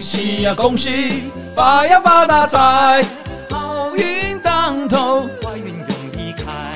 喜呀恭喜，发呀发大财，好运当头，坏运永离开。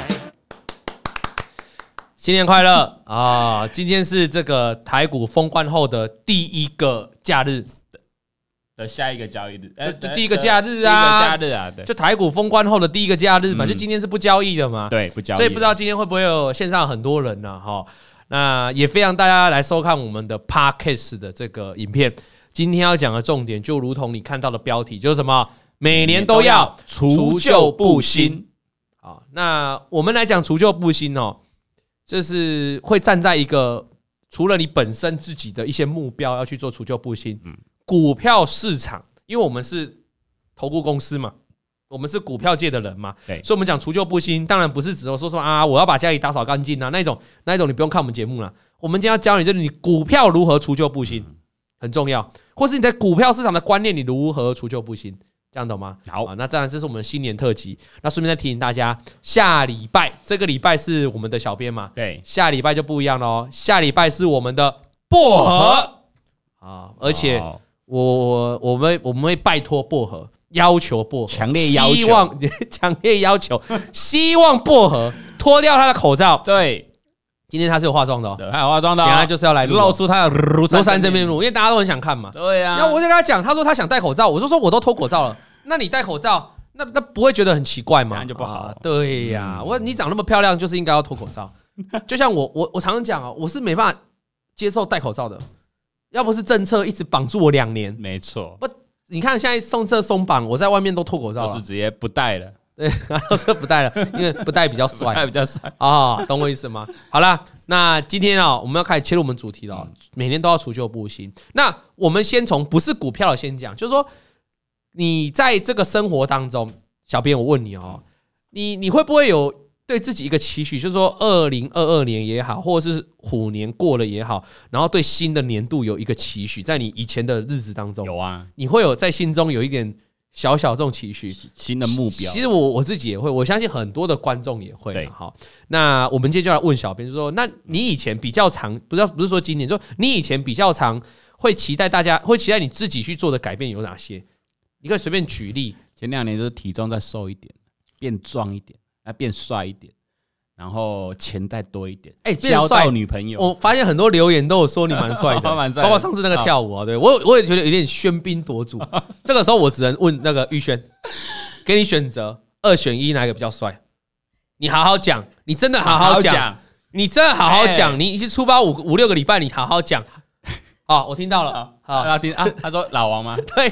新年快乐啊！今天是这个台股封关后的第一个假日的下一个交易日， 第一个假日啊， 第一个假日啊，对， 就台股封关后的第一个假日嘛，就今天是不交易的嘛， 对，不交易， 所以不知道今天会不会有线上很多人呢？哈，那也非常大家来收看我们的 Podcast 的这个影片。今天要讲的重点，就如同你看到的标题，就是什么？每年都要除旧布新。好，那我们来讲除旧布新哦，就是会站在一个除了你本身自己的一些目标要去做除旧布新，股票市场，因为我们是投顾公司嘛，我们是股票界的人嘛， 对， 所以我们讲除旧布新，当然不是只有说啊，我要把家里打扫干净啊，那一种你不用看我们节目啦。我们今天要教你，就是你股票如何除旧布新，很重要，或是你在股票市场的观念，你如何除旧布新，这样懂吗？好啊，那当然这是我们的新年特辑。那顺便再提醒大家，下礼拜这个礼拜是我们的小编嘛， 对， 下礼拜就不一样了哦，下礼拜是我们的薄荷啊，而且我们会拜托薄荷。要求薄荷， 强烈要求， 希望薄荷脱掉他的口罩。 对， 今天他是有化妆的哦， 对，还有化妆的哦， 等下就是要来露出他的庐山真面目，因为大家都很想看嘛。 对啊， 然后我就跟他讲，他说他想戴口罩，我就说我都脱口罩了，那你戴口罩，那不会觉得很奇怪吗？ 这样就不好。 对呀，你长那么漂亮，就是应该要脱口罩。就像我常常讲啊，我是没办法接受戴口罩的，要不是政策一直绑住我2年， 没错。 你看现在政策松绑，我在外面都脱口罩了， 就是直接不戴了。 对，然后这不戴了，因为不戴比较帅， 比较帅啊，懂我意思吗？好啦，那今天啊，我们要开始切入我们主题了，每年都要除旧布新。那我们先从不是股票的先讲，就是说你在这个生活当中，小编我问你哦，你会不会有对自己一个期许，就是说2022年也好，或者是虎年过了也好，然后对新的年度有一个期许，在你以前的日子当中， 有啊， 你会有在心中有一点小这种期许， 新的目标。 其实我自己也会，我相信很多的观众也会。 对， 好，那我们今天就来问小编，就是说，那你以前比较常，不是说今年，就你以前比较常会期待你自己去做的改变有哪些？你可以随便举例。 前2年就是体重再瘦一点，变壮一点。变帅一点，然后钱再多一点，交到女朋友。 我发现很多留言都有说你蛮帅的，包括上次那个跳舞啊，对我也觉得有点喧宾夺主。这个时候我只能问那个玉轩，给你选择2选1，哪一个比较帅？你好好讲，你真的好好讲，你真的好好讲，你已经出包5-6个礼拜，你好好讲。好，我听到了。好， 听啊，他说老王吗？ 对，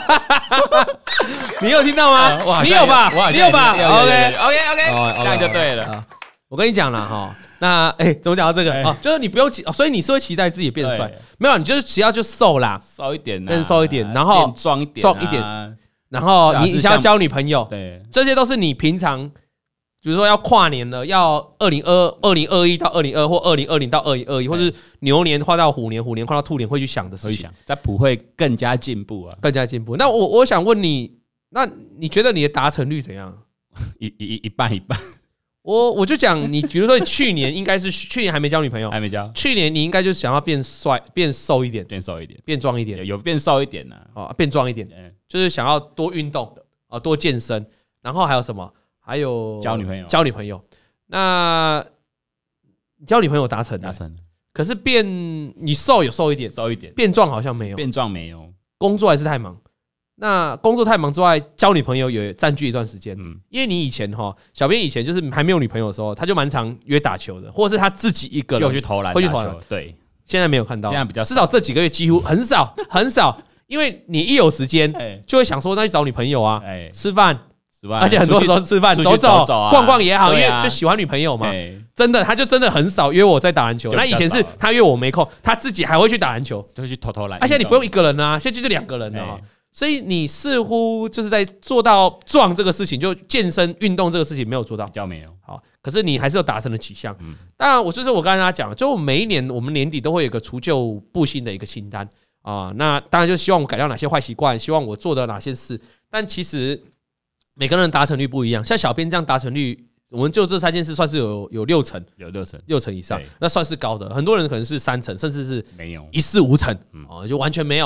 你有听到吗？你有吧？你有吧 ？OK， 这样就对了。 我跟你讲了哈，那怎么讲到这个就是你不用所以你是会期待自己变帅，没有，你就是只要就瘦啦， 瘦一点， 更瘦一点，然后变壮一点， 然后你想要交女朋友， 对， 这些都是你平常。比如说要跨年了，要2021到2022或2020到2021，或是牛年跨到虎年跨到兔年会去想的事情， 在普会更加进步啊， 更加进步。那我想问你，那你觉得你的达成率怎样？ 一半。 我就讲你，比如说你去年应该是去年还没交女朋友， 还没交， 去年你应该就是想要变帅、变瘦一点、变壮一点， 有变瘦一点呢， 变壮一点，就是想要多运动多健身，然后还有什么？还有交女朋友，那交女朋友达成，可是你瘦有瘦一点，变壮好像没有，工作还是太忙。那工作太忙之外，交女朋友也占据一段时间。因为你以前小编以前就是还没有女朋友的时候，他就蛮常约打球的，或者是他自己一个人就去投篮，对， 现在没有看到， 现在比较至少这几个月几乎很少，因为你一有时间就会想说那去找女朋友啊，吃饭。而且很多时候吃饭走逛逛也好，因为就喜欢女朋友嘛。真的，他就真的很少约我在打篮球。那以前是他约我没空，他自己还会去打篮球， 就会去偷懒。 而且你不用一个人啊，现在就2个人了。所以你似乎就是在做到壮这个事情，就健身运动这个事情没有做到， 比较没有。 好，可是你还是有达成了几项。当然，我刚才跟大家讲，就每一年我们年底都会有一个除旧布新的一个清单啊。那当然就希望我改掉哪些坏习惯，希望我做的哪些事。但其实每个人达成率不一样，像小编这样达成率，我们就这3件事算是有6成，有6成以上，那算是高的。很多人可能是3成，甚至是没有1、4、5成，就完全没有。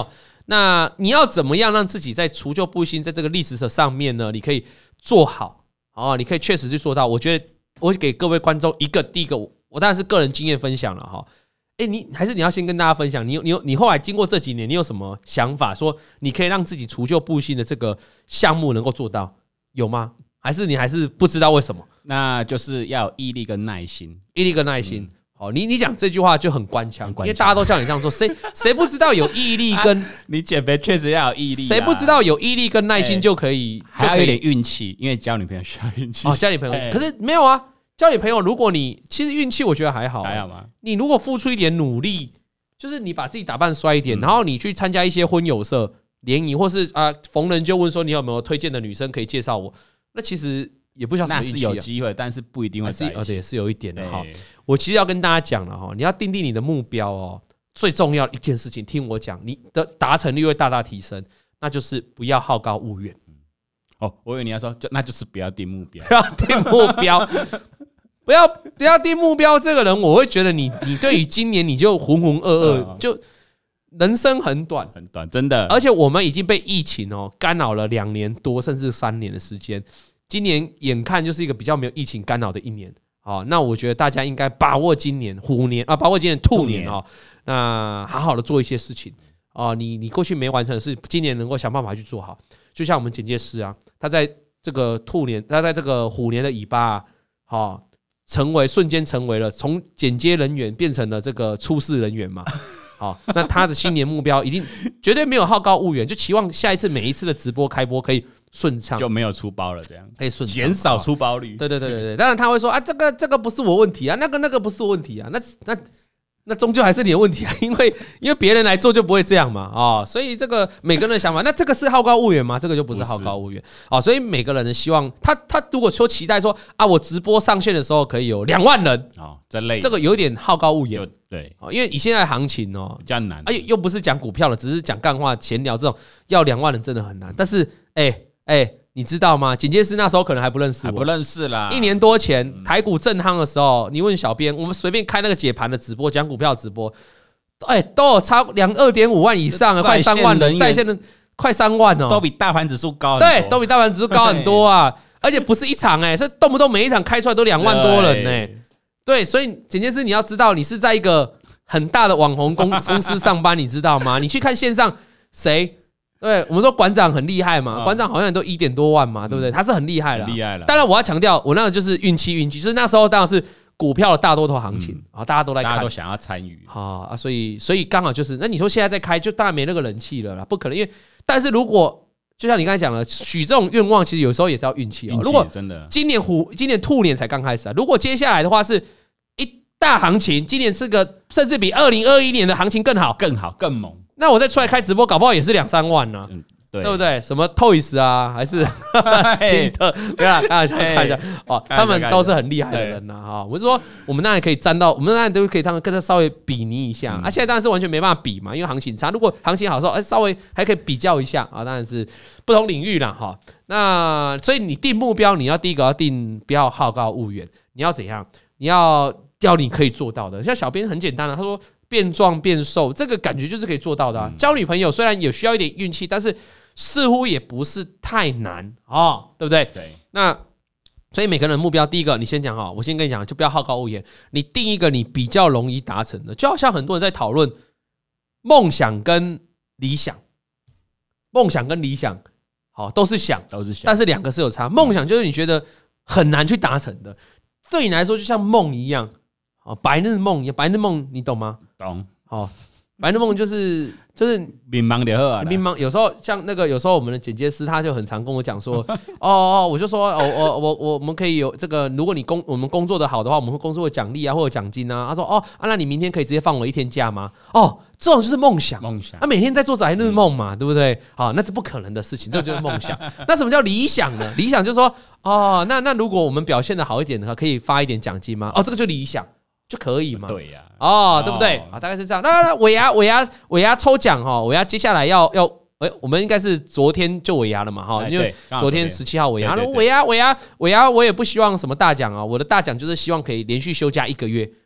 那你要怎么样让自己在除旧布新，在这个历史的上面呢？你可以做好你可以确实去做到。我觉得我给各位观众第一个，我当然是个人经验分享了哈。你要先跟大家分享，你后来经过这几年，你有什么想法？说你可以让自己除旧布新的这个项目能够做到，有吗？还是你还是不知道为什么？ 那就是要有毅力跟耐心， 你讲这句话就很官腔，因为大家都叫你这样做，谁不知道有毅力跟你减肥确实要有毅力， 谁不知道有毅力跟耐心就可以， 还要有点运气，因为交女朋友需要运气交女朋友，可是没有啊，交女朋友如果你其实运气我觉得还好吗？ 你如果付出一点努力，就是你把自己打扮帅一点，然后你去参加一些婚友社联谊，或是逢人就问说你有没有推荐的女生可以介绍我，那其实也不晓得，那是有机会，但是不一定会在一起， 对，是有一点的哈。我其实要跟大家讲了哈，你要定你的目标最重要的一件事情，听我讲，你的达成率会大大提升，那就是不要好高骛远。 我以为你要说，那就是不要定目标， 不要定目标，不要定目标。这个人，我会觉得你对于今年你就浑浑噩噩，就人生很短， 很短，真的。 而且我们已经被疫情干扰了2年多，甚至3年的时间。今年眼看就是一个比较没有疫情干扰的一年，那我觉得大家应该把握今年虎年把握今年兔年那好好的做一些事情你过去没完成的事，今年能够想办法去做好。就像我们剪接师他在这个兔年，他在这个虎年的尾巴瞬间成为了从剪接人员变成了这个出事人员嘛。那他的新年目标一定绝对没有好高骛远，就期望下一次每一次的直播开播可以顺畅， 就没有出包了，这样可以顺畅， 减少出包率。 对，当然他会说这个不是我问题那个不是我问题那终究还是你的问题因为别人来做就不会这样嘛所以这个每个人的想法，那这个是好高骛远吗？这个就不是好高骛远所以每个人的希望，他如果说期待说我直播上线的时候可以有2万人这个有点好高骛远。 对， 因为以现在的行情比较难， 又不是讲股票了，只是讲干话闲聊，这种要2万人真的很难。但是你知道吗？剪接师那时候可能还不认识我， 不认识啦。 1年多前台股正夯的时候，你问小编，我们随便开那个解盘的直播，讲股票直播，都有超2.5万以上快3万人，在线的快3万都比大盘指数高很多。 对，都比大盘指数高很多而且不是一场是动不动每一场开出来都2万多人对，所以剪接师你要知道，你是在一个很大的网红公司上班，你知道吗？你去看线上谁？对，我们说馆长很厉害嘛，馆长好像都1点多万嘛，对不对？他是很厉害了， 厉害了。 当然我要强调，我那个就是运气，就是那时候当然是股票的大多头行情大家都来看， 大家都想要参与所以刚好就是，那你说现在在开，就当然没那个人气了啦，不可能。因为但是如果就像你刚才讲的，许这种愿望，其实有时候也叫运气如果真的今年兔年才刚开始如果接下来的话是一大行情，今年是个甚至比2021年的行情更好、 更猛。 那我再出来开直播，搞不好也是2-3万呢对不对？什么 Toys 还是对啊，看一下他们都是很厉害的人我是说，我们当然可以沾到，我们当然都可以跟他稍微比拟一下现在当然是完全没办法比嘛，因为行情差。如果行情好的时候，稍微还可以比较一下当然是不同领域啦那所以你定目标，你要第一个要定不要好高骛远，你要怎样？你要你可以做到的。像小编很简单他说变壮变瘦，这个感觉就是可以做到的交女朋友虽然也需要一点运气，但是似乎也不是太难对不对？ 对。 那所以每个人的目标，第一个你先讲我先跟你讲，就不要好高骛远，你定一个你比较容易达成的，就好像很多人在讨论梦想跟理想，梦想跟理想都是想，但是2个是有差。梦想就是你觉得很难去达成的，对你来说就像梦一样白日梦你懂吗？ 懂。 白日梦就是迷茫就好啊， 迷茫。有时候像那个，有时候我们的剪接师他就很常跟我讲说，我就说我们可以有这个，如果我们工作的好的话，我们会公司会奖励或者奖金他说那你明天可以直接放我1天假吗？这种就是梦想。每天在做白日梦嘛，对不对？那是不可能的事情，这就是梦想。那什么叫理想呢？理想就是说那如果我们表现的好一点的话，可以发一点奖金吗？这个就理想。就可以嘛？ 对呀， 对不对大概是这样。那尾牙抽奖尾牙接下来要我们应该是昨天就尾牙了嘛因为昨天17号尾牙。尾牙我也不希望什么大奖我的大奖就是希望可以连续休假1个月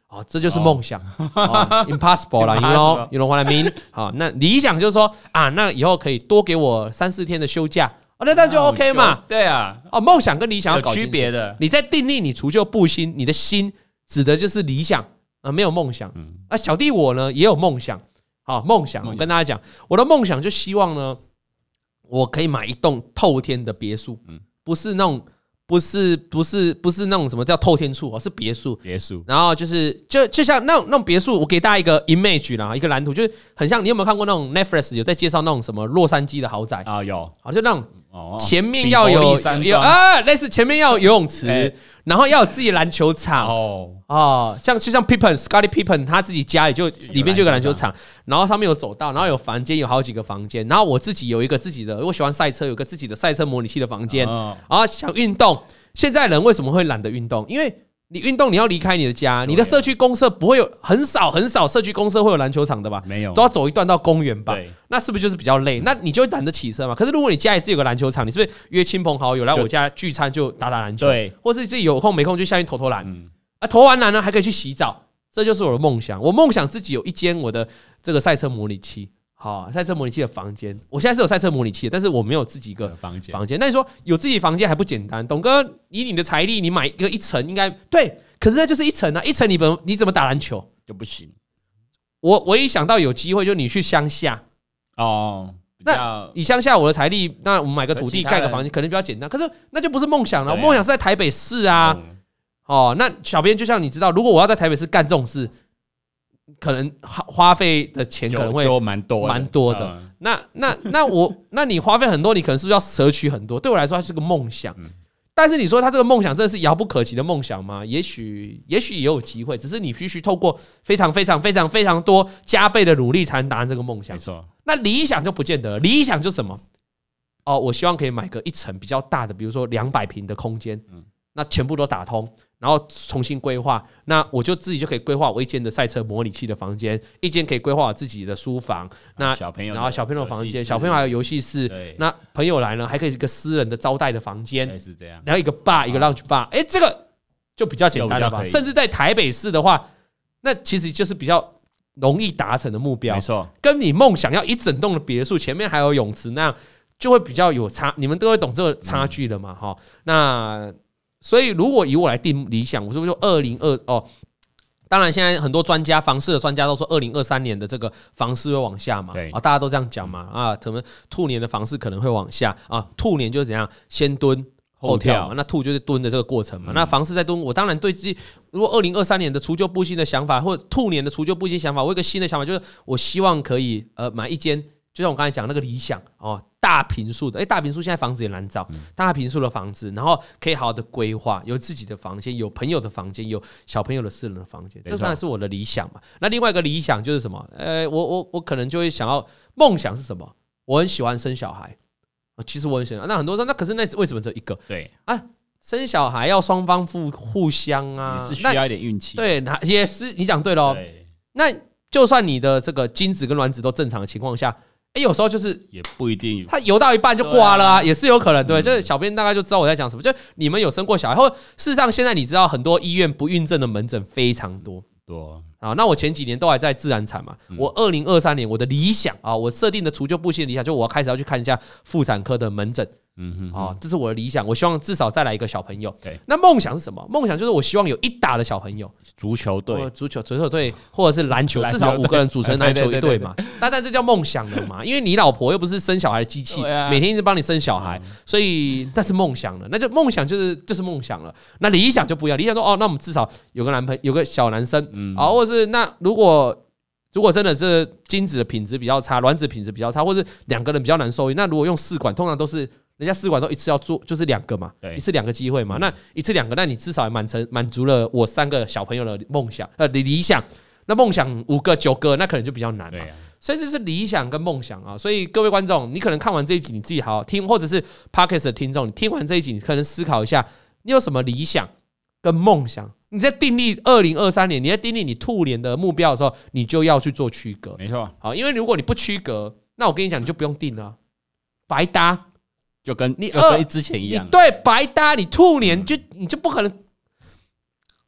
这就是梦想，impossible 啦，you know what I mean？ 好，那理想就是说那以后可以多给我3-4天的休假，那就 OK 嘛。 对啊， 梦想跟理想要搞有区别的。 你在订立你除旧布新，你的心指的就是理想没有梦想。小弟我呢也有梦想，梦想我跟大家讲，我的梦想就希望呢，我可以买一栋透天的别墅，不是那种。不是那种什么叫透天厝，是别墅。然后就像那种别墅，我给大家一个 image 啦，一个蓝图，就是很像。你有没有看过那种 Netflix 有在介绍那种什么洛杉矶的豪宅啊？有， 就那种前面要有类似前面要有游泳池，然后要有自己的篮球场就像 Scottie Pippen 他自己家里就里面就有个篮球场，然后上面有走道，然后有房间，有好几个房间，然后我自己有一个自己的，我喜欢赛车，有个自己的赛车模拟器的房间，然后想运动。现在人为什么会懒得运动？因为你运动你要离开你的家，你的社区公社不会有很少社区公社会有篮球场的吧？ 没有， 都要走一段到公园吧？那是不是就是比较累？那你就会懒得起身嘛。可是如果你家里自己有个篮球场，你是不是约亲朋好友来我家聚餐就打篮球？对，或是自己有空没空就下去投篮。投完篮呢还可以去洗澡，这就是我的梦想。我梦想自己有一间我的这个赛车模拟器。赛车模拟器的房间，我现在是有赛车模拟器的，但是我没有自己一个房间。那你说有自己房间还不简单？董哥，以你的财力，你买一层应该对，可是那就是一层啊，一层你怎么打篮球就不行。 我一想到有机会，就你去乡下那以乡下我的财力，那我们买个土地盖个房间，可能比较简单。可是那就不是梦想了，梦想是在台北市啊。那小编就像你知道，如果我要在台北市干这种事。可能花费的钱可能会蛮多的，那你花费很多，你可能是不是要舍取很多？对我来说，它是个梦想。但是你说它这个梦想真的是遥不可及的梦想吗？也许也有机会，只是你必须透过非常多加倍的努力才能达成这个梦想。没错，那理想就不见得了。理想就什么？我希望可以买个一层比较大的，比如说200平的空间，那全部都打通。然后重新规划，那我就自己就可以规划我一间的赛车模拟器的房间，一间可以规划我自己的书房，那然后小朋友的房间，小朋友还有游戏室，那朋友来呢还可以一个私人的招待的房间，是这样，然后一个 bar 一个 lounge bar， 这个就比较简单了吧？甚至在台北市的话，那其实就是比较容易达成的目标，没错，跟你梦想要一整栋的别墅，前面还有泳池那样，就会比较有差，你们都会懂这个差距了嘛？那。所以，如果以我来定理想，我是不是就2022？当然，现在很多房市的专家都说，2023年的这个房市会往下嘛，大家都这样讲嘛，可能兔年的房市可能会往下啊，兔年就是怎样，先蹲后跳嘛，那兔就是蹲的这个过程嘛，那房市在蹲，我当然对自己，如果2023年的除旧布新的想法，或者兔年的除旧布新想法，我有一个新的想法，就是我希望可以买一间，就像我刚才讲那个理想大坪数的，大坪数现在房子也难找，大坪数的房子，然后可以好好的规划，有自己的房间，有朋友的房间，有小朋友的私人的房间，这当然是我的理想嘛。那另外一个理想就是什么？我可能就会想要，梦想是什么？我很喜欢生小孩，其实我很喜欢。那很多人说，那可是那为什么只有一个？对啊，生小孩要双方互相啊， 也是需要一点运气。 对，也是你讲对了。那就算你的这个精子跟卵子都正常的情况下。有时候就是也不一定， 他游到一半就挂了也是有可能，对，就是小编大概就知道我在讲什么。就你们有生过小孩，或事实上现在你知道很多医院不孕症的门诊非常多，那我前几年都还在自然产嘛，我2023年我的理想我设定的除旧布新的理想，就我开始要去看一下妇产科的门诊。这是我的理想，我希望至少再来一个小朋友。那梦想是什么？梦想就是我希望有一打的小朋友， 足球队， 或者是篮球，至少5个人组成篮球一队嘛。但这叫梦想了嘛？因为你老婆又不是生小孩的机器，每天一直帮你生小孩，所以那是梦想了。那就梦想就是梦想了。那理想就不一样，理想说那我们至少有个男朋友，有个小男生或者是那如果真的是精子的品质比较差，卵子品质比较差，或是2个人比较难受孕，那如果用试管，通常都是。人家试管都一次要做，就是2个嘛，一次2个机会嘛，那一次2个，那你至少也满足了我3个小朋友的梦想，理想。那梦想5个9个，那可能就比较难嘛。所以这是理想跟梦想啊。所以各位观众，你可能看完这一集，你自己好好听，或者是 Podcast 的听众，你听完这一集，你可能思考一下，你有什么理想跟梦想？你在订立2023年，你在订立你兔年的目标的时候，你就要去做区隔。 没错， 好，因为如果你不区隔，那我跟你讲，你就不用定了，白搭。 就跟之前一样， 对，白搭，你兔年你就不可能，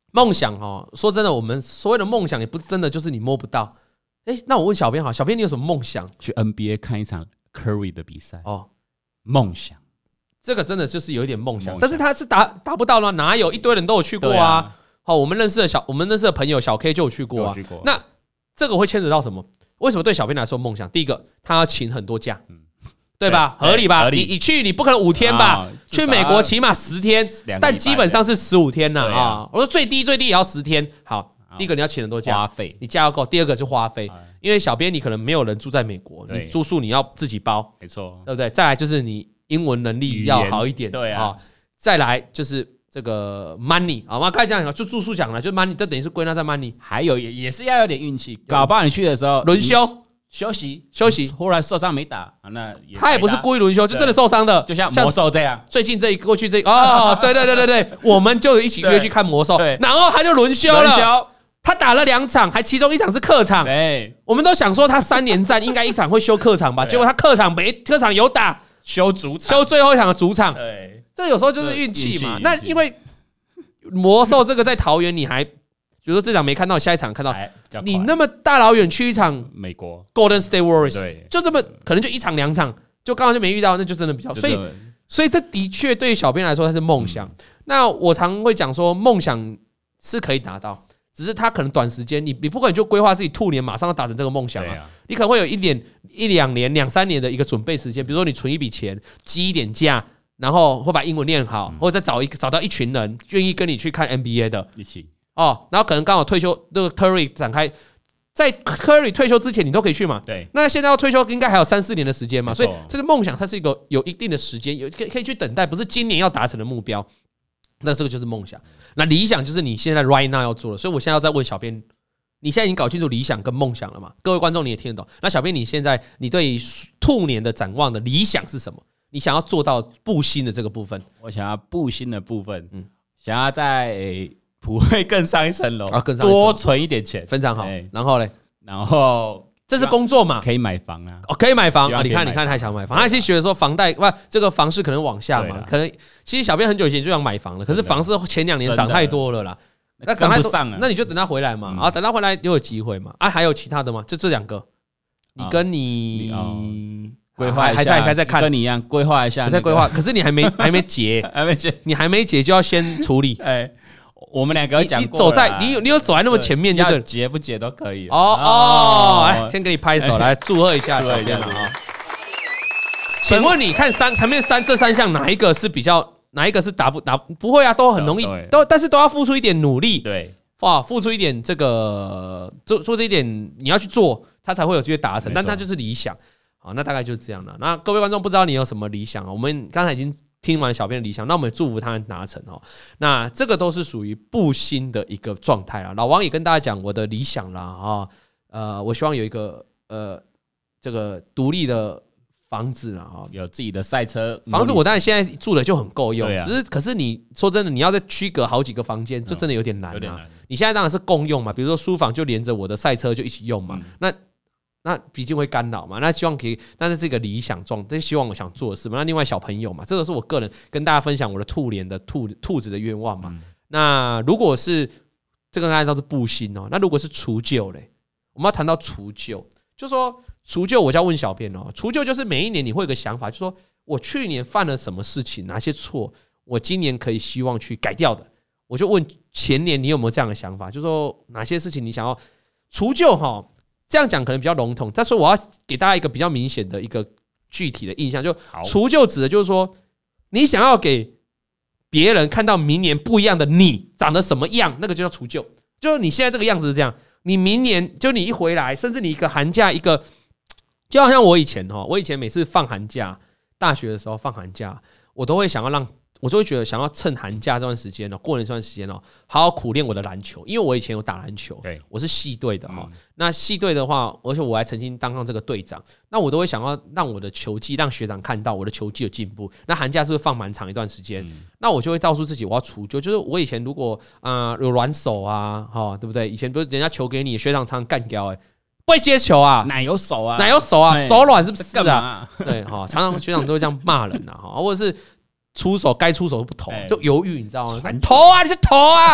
梦想说真的，我们所谓的梦想也不是真的就是你摸不到。那我问小编好，小编你有什么梦想？ 去 NBA 看一场 Curry 的比赛梦想。 这个真的就是有一点梦想，但是他是达不到了，哪有一堆人都有去过啊？我们认识的朋友小 K 就有去过啊。那这个会牵扯到什么？为什么对小编来说梦想？第一个，他要请很多假，对吧？合理吧？你去你不可能5天吧？去美国起码10天，但基本上是15天呐啊！我说最低也要10天。好，第一个你要请很多假， 花费你假要够。第二个就花费，因为小编你可能没有人住在美国，你住宿你要自己包， 没错， 对不对？再来就是你英文能力要好一点， 对啊。 再来就是这个 money 好吗？刚才这样讲就住宿讲了，就 money， 这等于是归纳在 money。 还有也是要有点运气，搞不好你去的时候轮休息， 忽然受伤没打，那他也不是故意轮休，就真的受伤的， 就像魔兽这样。 最近过去对，我们就一起约去看魔兽，然后他就轮休了。他打了2场，还其中1场是客场。我们都想说他3连战应该1场会休客场吧，结果他客场有打， 休主场， 休最后1场的主场。 对， 这有时候就是运气嘛。那因为魔兽这个在桃园，你还比如说这场没看到，下一场看到，你那么大老远去一场美国 Golden State Warriors， 就这么可能就1场2场，就刚好就没遇到，那就真的比较。所以这的确对小编来说它是梦想。那我常会讲说，梦想是可以达到，只是他可能短时间，你不可能就规划自己兔年马上要达成这个梦想啊。你可能会有1、2年、2、3年的一个准备时间，比如说你存一笔钱，积一点假。然后会把英文念好，或者再找到一群人愿意跟你去看 NBA 的一起然后可能刚好退休，那个 Curry 展开，在 Curry 退休之前你都可以去嘛。 对， 那现在要退休应该还有3、4年的时间嘛，所以这个梦想它是一个有一定的时间，可以去等待，不是今年要达成的目标。那这个就是梦想。那理想就是你现在 right now 要做的，所以我现在要再问小编，你现在已经搞清楚理想跟梦想了吗？各位观众你也听得懂。那小编你现在你对兔年的展望的理想是什么？你想要做到布薪的这个部分， 我想要布薪的部分，想要在普惠更上一层楼多存一点钱， 非常好。然后嘞，这是工作嘛， 可以买房啊， 可以买房啊。你看，他想买房，他其实觉得说房贷这个房市可能往下嘛，可能其实小编很久以前就想买房了，可是房市前2年涨太多了啦， 那涨太多， 那你就等他回来嘛，等他回来又有机会嘛。还有其他的吗？就这2个，你跟你。 规划一下， 还在看， 跟你一样规划一下， 还在规划。可是你还没结，你还没结就要先处理。 我们2个讲过， 你有走在那么前面， 要结不结都可以。 来，先给你拍手，来祝贺一下小编啊！请问你看前面这3项哪一个是打不会啊？都很容易，但是都要付出一点努力。 对， 付出一点这个做这一点，你要去做，它才会有机会达成。但它就是理想。好，那大概就是这样了。那各位观众不知道你有什么理想我们刚才已经听完小编的理想，那我们祝福他达成那这个都是属于布薪的一个状态啦。老王也跟大家讲我的理想啦我希望有一个这个独立的房子啦有自己的赛车房子，我当然现在住的就很够用，可是你说真的，你要再区隔好几个房间，就真的有点难你现在当然是共用嘛，比如说书房就连着我的赛车就一起用嘛，那毕竟会干扰嘛，那希望可以，但是这个理想状，这希望我想做的事嘛。那另外小朋友嘛，这个是我个人跟大家分享我的兔年的兔子的愿望嘛。那如果是这个按照是布薪那如果是除旧嘞，我们要谈到除旧，就说除旧，我就要问小编除旧就是每一年你会有个想法，就说我去年犯了什么事情，哪些错，我今年可以希望去改掉的。我就问前年你有没有这样的想法，就说哪些事情你想要除旧这样讲可能比较笼统，但是我要给大家一个比较明显的一个具体的印象，就除旧指的就是说，你想要给别人看到明年不一样的你长得什么样，那个就叫除旧。就是你现在这个样子是这样，你明年就你一回来，甚至你一个寒假就好像我以前每次放寒假，大学的时候放寒假，我都会想要我就会觉得想要趁寒假这段时间过年这段时间好好苦练我的篮球，因为我以前有打篮球，我是系队的那系队的话，而且我还曾经当上这个队长，那我都会想要让我的球技让学长看到我的球技有进步。那寒假是不是放蛮长一段时间？那我就会告诉自己我要除旧，就是我以前如果有软手对不对？以前不是人家球给你，学长常常干掉不会接球哪有手啊， 手软是不是啊？对常常学长都会这样骂人或者是。该出手都不投，就犹豫，你知道吗？投啊，你就投啊！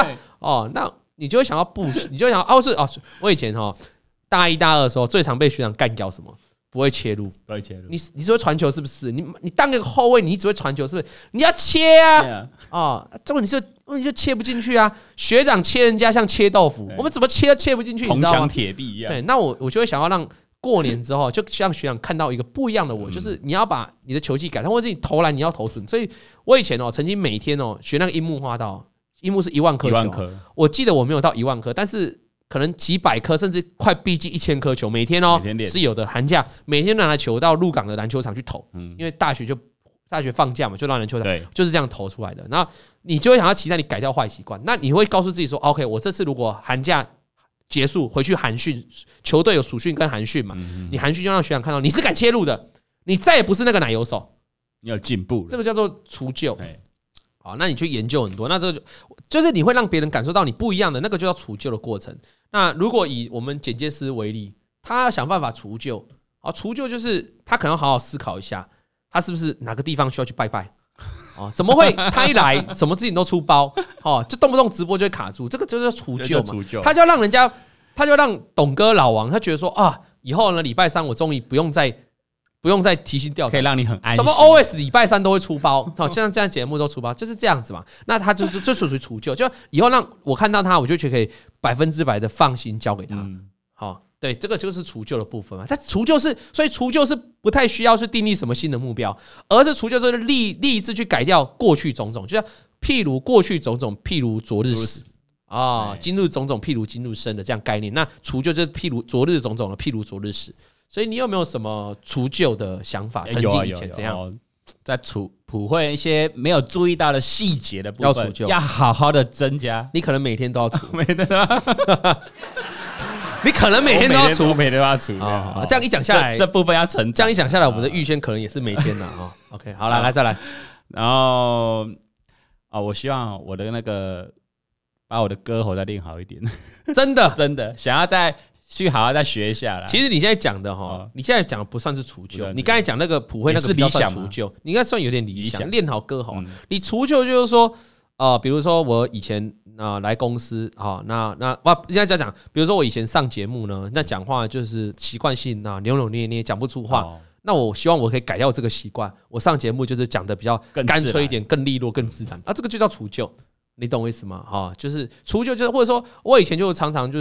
哦，那你就会想要布，你就会想要我以前大一大二的时候最常被学长干掉什么？不会切入， 不会切入。 你只会传球是不是？你当个后卫，你只会传球是不是？你要切啊！这问题就切不进去啊！学长切人家像切豆腐，我们怎么切都切不进去，你知道吗？ 铜墙铁壁一样。 对，那我就会想要让过年之后，就像学长看到一个不一样的我，就是你要把你的球技改善，或者是你投篮你要投准。所以我以前曾经每天学那个樱木花道，樱木是1万颗球，我记得我没有到1万颗，但是可能几百颗，甚至快逼近1000颗球，每天是有的。寒假每天拿球到鹿港的篮球场去投，因为大学放假嘛，就让篮球场就是这样投出来的。然后你就会想要期待你改掉坏习惯，那你会告诉自己说 ：“OK， 我这次如果寒假结束回去寒训，球队有暑训跟寒训嘛，你寒训就让学长看到你是敢切入的，你再也不是那个奶油手， 你有进步了， 这个叫做除旧。”好，那你去研究很多，那这个就是你会让别人感受到你不一样的，那个就叫除旧的过程。那如果以我们剪接师为例，他要想办法除旧，除旧就是他可能要好好思考一下，他是不是哪个地方需要去拜拜。怎么会他一来什么事情都出包，就动不动直播就会卡住，这个就是除旧嘛。他就让董哥老王他觉得说以后呢礼拜三我终于不用再提心吊胆， 可以让你很安心。 什么 OS 礼拜三都会出包，像这样节目都出包，就是这样子嘛。那他就属于除旧，就以后让我看到他，我就觉得可以100%的放心交给他。对，这个就是除旧的部分嘛。但所以除旧是不太需要去订立什么新的目标，而是除旧就是立志去改掉过去种种，就像譬如过去种种，譬如昨日死今日种种，譬如今日生的这样概念。那除旧就是譬如昨日种种的，譬如昨日死。所以你有没有什么除旧的想法？曾经以前怎样？ 在普惠一些没有注意到的细节的部分， 要除旧， 要好好的增加。 你可能每天都要除， 每天都要你可能每天都要除， 每天都要除。 这样一讲下来， 这部分要成长。 这样一讲下来，我们的预先可能也是每天的OK， 好，来再来。 然后我希望我的那个把我的歌喉再练好一点。真的想要再去好好再学一下啦。 其实你现在讲的你现在讲的不算是除旧，你刚才讲那个普惠那个比较算除旧，你应该算有点理想，练好歌喉。你除旧就是说，比如说我以前来公司那我现在讲，比如说我以前上节目呢，那讲话就是习惯性扭扭捏捏，讲不出话。那我希望我可以改掉这个习惯，我上节目就是讲的比较干脆一点，更利落，更自然。这个就叫除旧，你懂我意思吗？就是除旧，就是或者说我以前就常常就是。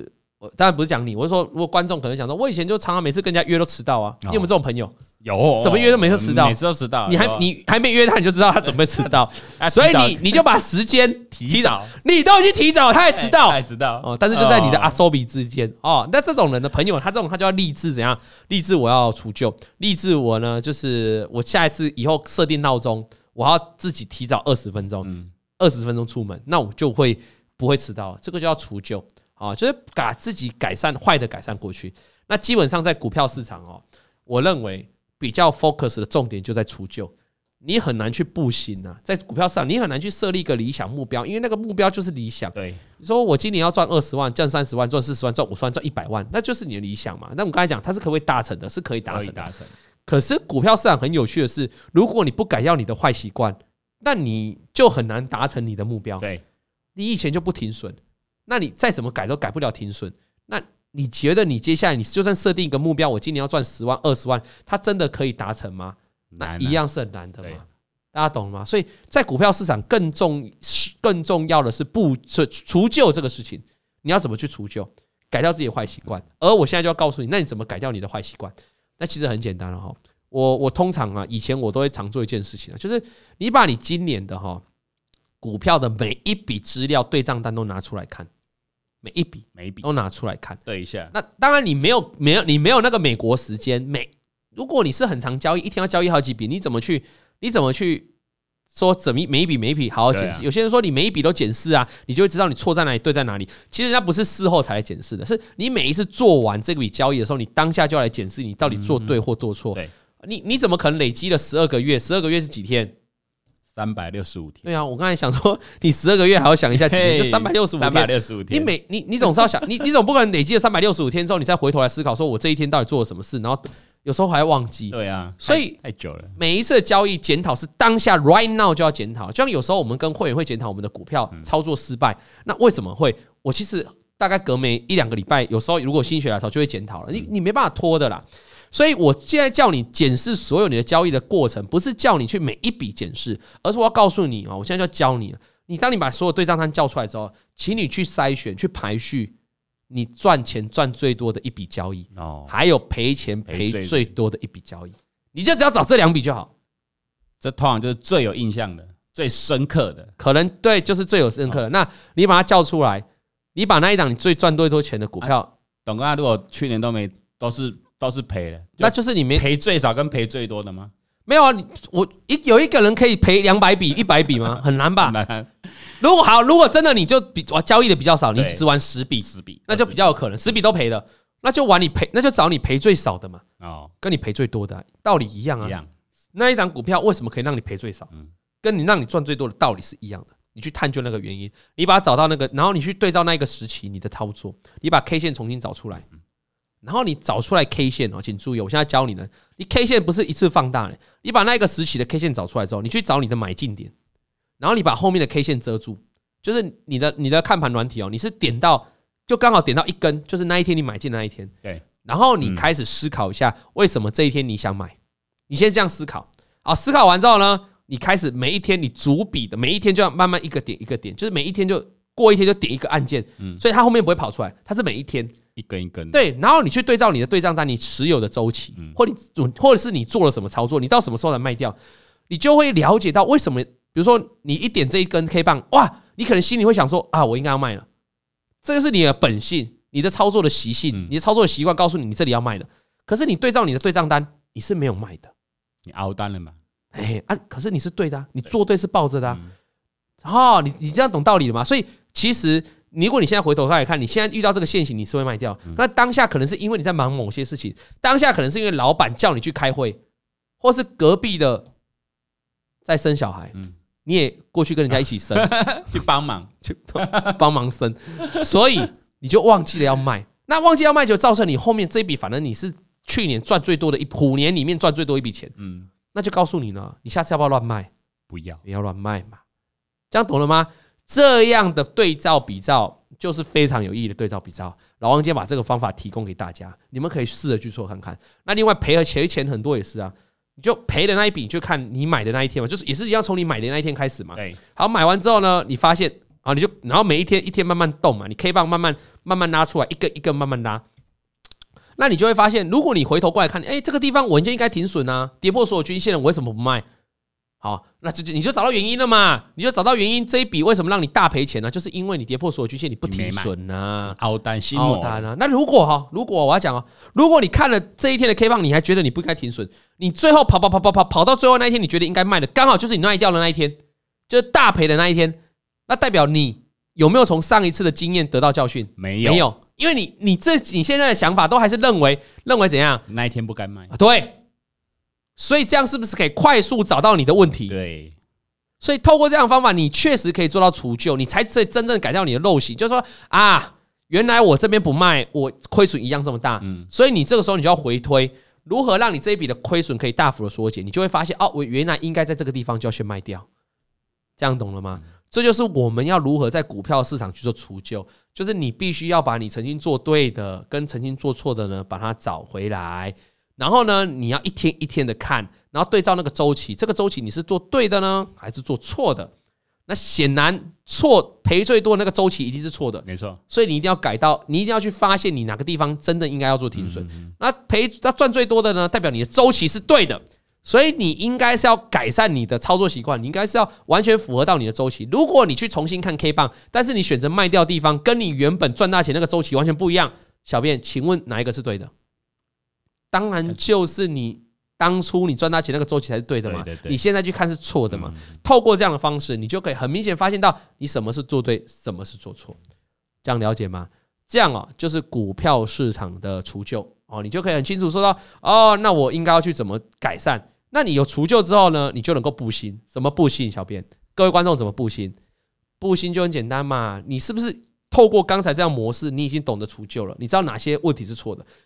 当然不是讲你，我是说，如果观众可能讲说，我以前就常常每次跟人家约都迟到啊。你有没有这种朋友？ 有， 怎么约都每次迟到， 每次都迟到。 你还没约他，你就知道他准备迟到，所以你就把时间提早， 你都已经提早，他也迟到，但是就在你的阿收比之间那这种人的朋友，他就要立志怎样？立志我要除旧，立志我呢就是我下一次以后设定闹钟，我要自己提早20分钟，20分钟出门，那我就不会迟到，这个就叫除旧。就是把自己改善坏的改善过去。那基本上在股票市场我认为比较 focus 的重点就在除旧。你很难去步行在股票市场你很难去设立一个理想目标，因为那个目标就是理想。 对， 你说我今年要赚20万，赚30万，赚40万，赚50万，赚100万，那就是你的理想嘛。那我们刚才讲它是可不可以达成的，是可以达成的。可是股票市场很有趣的是，如果你不改掉你的坏习惯，那你就很难达成你的目标。 对， 你以前就不停损。那你再怎么改都改不了停损，那你觉得你接下来你就算设定一个目标，我今年要赚10万、20万，它真的可以达成吗？那一样是很难的嘛，大家懂吗？所以在股票市场更重要的是除旧这个事情，你要怎么去除旧，改掉自己的坏习惯。而我现在就要告诉你，那你怎么改掉你的坏习惯？那其实很简单了我通常以前我都会常做一件事情就是你把你今年的股票的每一笔资料对账单都拿出来看。每一笔都拿出来看， 对一下。 那当然，你没有那个美国时间。如果你是很常交易，一天要交易好几笔，你怎么去说每一笔好好检视？有些人说你每一笔都检视你就会知道你错在哪里，对在哪里。其实人家不是事后才来检视的，是你每一次做完这笔交易的时候，你当下就要来检视你到底做对或做错。你怎么可能累积了12个月？12个月是几天 ？365天。 对啊，我刚才想说，你12个月还要想一下几天，就365天。你总是要想，你总不可能累积了365天之后，你再回头来思考，说我这一天到底做了什么事，然后有时候还忘记。 对啊， 所以太久了。 每一次的交易检讨是当下 right now 就要检讨。就像有时候我们跟会员会检讨我们的股票操作失败，那为什么会？我其实大概隔每1-2个礼拜，有时候如果心血来潮就会检讨了，你没办法拖的啦。所以我现在叫你检视所有你的交易的过程，不是叫你去每一笔检视，而是我要告诉你我现在就要教你了。你当你把所有对账单叫出来之后，请你去筛选、去排序你赚钱赚最多的一笔交易，还有赔钱赔最多的一笔交易，你就只要找这2笔就好。 这通常就是最有印象的、最深刻的， 可能对，就是最有深刻的。那你把它叫出来，你把那一档你最赚最多钱的股票， 董哥，如果去年都是赔了， 那就是你没赔最少跟赔最多的吗？ 没有啊，有一个人可以赔200笔、100笔吗？很难吧？ 难。 如果真的你就交易的比较少，你只玩10笔，那就比较有可能10笔都赔了，那就找你赔最少的嘛。跟你赔最多的道理一样啊。那一档股票为什么可以让你赔最少？跟让你赚最多的道理是一样的。你去探究那个原因，你把它找到那个，然后你去对照那个时期你的操作，你把 K 线重新找出来。然后你找出来 K 线请注意，我现在教你呢，你 K 线不是一次放大的，你把那个时期的 K 线找出来之后，你去找你的买进点，然后你把后面的 K 线遮住，就是你的看盘软体你是点到就刚好点到一根，就是那一天你买进的那一天， 对， 然后你开始思考一下为什么这一天你想买，你先这样思考，思考完之后呢，你开始每一天你逐笔的每一天就要慢慢一个点一个点，就是每一天就过一天就点一个按键，所以它后面不会跑出来，它是每一天。 一根一根， 对，然后你去对照你的对账单，你持有的周期，或者是你做了什么操作，你到什么时候才卖掉，你就会了解到为什么。比如说你一点这一根 K 棒，哇，你可能心里会想说我应该要卖了，这就是你的本性，你的操作的习性，你的操作的习惯告诉你这里要卖了。可是你对照你的对账单，你是没有卖的， 你凹单了嘛？ 可是你是对的，你做对是抱着的你这样懂道理了吗？所以其实。如果你现在回头来看，你现在遇到这个现形，你是会卖掉。那当下可能是因为你在忙某些事情，当下可能是因为老板叫你去开会，或是隔壁的在生小孩，你也过去跟人家一起生， 去帮忙生，所以你就忘记了要卖。那忘记要卖，就造成你后面这一笔，反正你是去年赚最多的虎年里面赚最多一笔钱，那就告诉你了，你下次要不要乱卖？不要乱卖嘛，这样懂了吗？这样的对照比照就是非常有意义的对照比照。老王今天把这个方法提供给大家，你们可以试着去做看看。那另外赔钱很多也是你就赔的那一笔，你就看你买的那一天嘛，就是也是一样从你买的那一天开始嘛。对，好，买完之后呢，你发现然后每一天一天慢慢动嘛，你 K 棒慢慢拉出来，一个一个慢慢拉。那你就会发现，如果你回头过来看，这个地方我就应该停损跌破所有均线了，我为什么不卖？好，那你就找到原因了嘛？你就找到原因，这一笔为什么让你大赔钱呢？就是因为你跌破所有均线，你不停损凹单心魔那如果我要讲如果你看了这一天的 K 棒，你还觉得你不应该停损，你最后跑到最后那一天，你觉得应该卖的，刚好就是你卖掉的那一天，就是大赔的那一天，那代表你有没有从上一次的经验得到教训？没有，因为你现在的想法都还是认为怎样？ 那一天不该卖。 对。所以这样是不是可以快速找到你的问题？ 对， 所以透过这样的方法，你确实可以做到除旧，你才真正改掉你的陋习。就是说原来我这边不卖，我亏损一样这么大。所以你这个时候你就要回推，如何让你这一笔的亏损可以大幅的缩减？你就会发现我原来应该在这个地方就要先卖掉。这样懂了吗？这就是我们要如何在股票市场去做除旧，就是你必须要把你曾经做对的跟曾经做错的呢，把它找回来。然后呢，你要一天一天的看，然后对照那个周期，这个周期你是做对的呢，还是做错的？那显然赔最多的那个周期一定是错的， 没错。 所以你一定要改到，你一定要去发现你哪个地方真的应该要做停损。那赚最多的呢，代表你的周期是对的，所以你应该是要改善你的操作习惯，你应该是要完全符合到你的周期。如果你去重新看 K 棒，但是你选择卖掉的地方跟你原本赚大钱那个周期完全不一样，小编，请问哪一个是对的？当然就是你当初你赚大钱那个周期才是对的嘛，你现在去看是错的嘛。透过这样的方式，你就可以很明显发现到你什么是做对，什么是做错，这样了解吗？这样就是股票市场的除旧你就可以很清楚说到那我应该要去怎么改善。那你有除旧之后呢，你就能够布新。什么布新？小编，各位观众怎么布新？布新就很简单嘛，你是不是透过刚才这样模式，你已经懂得除旧了，你知道哪些问题是错的？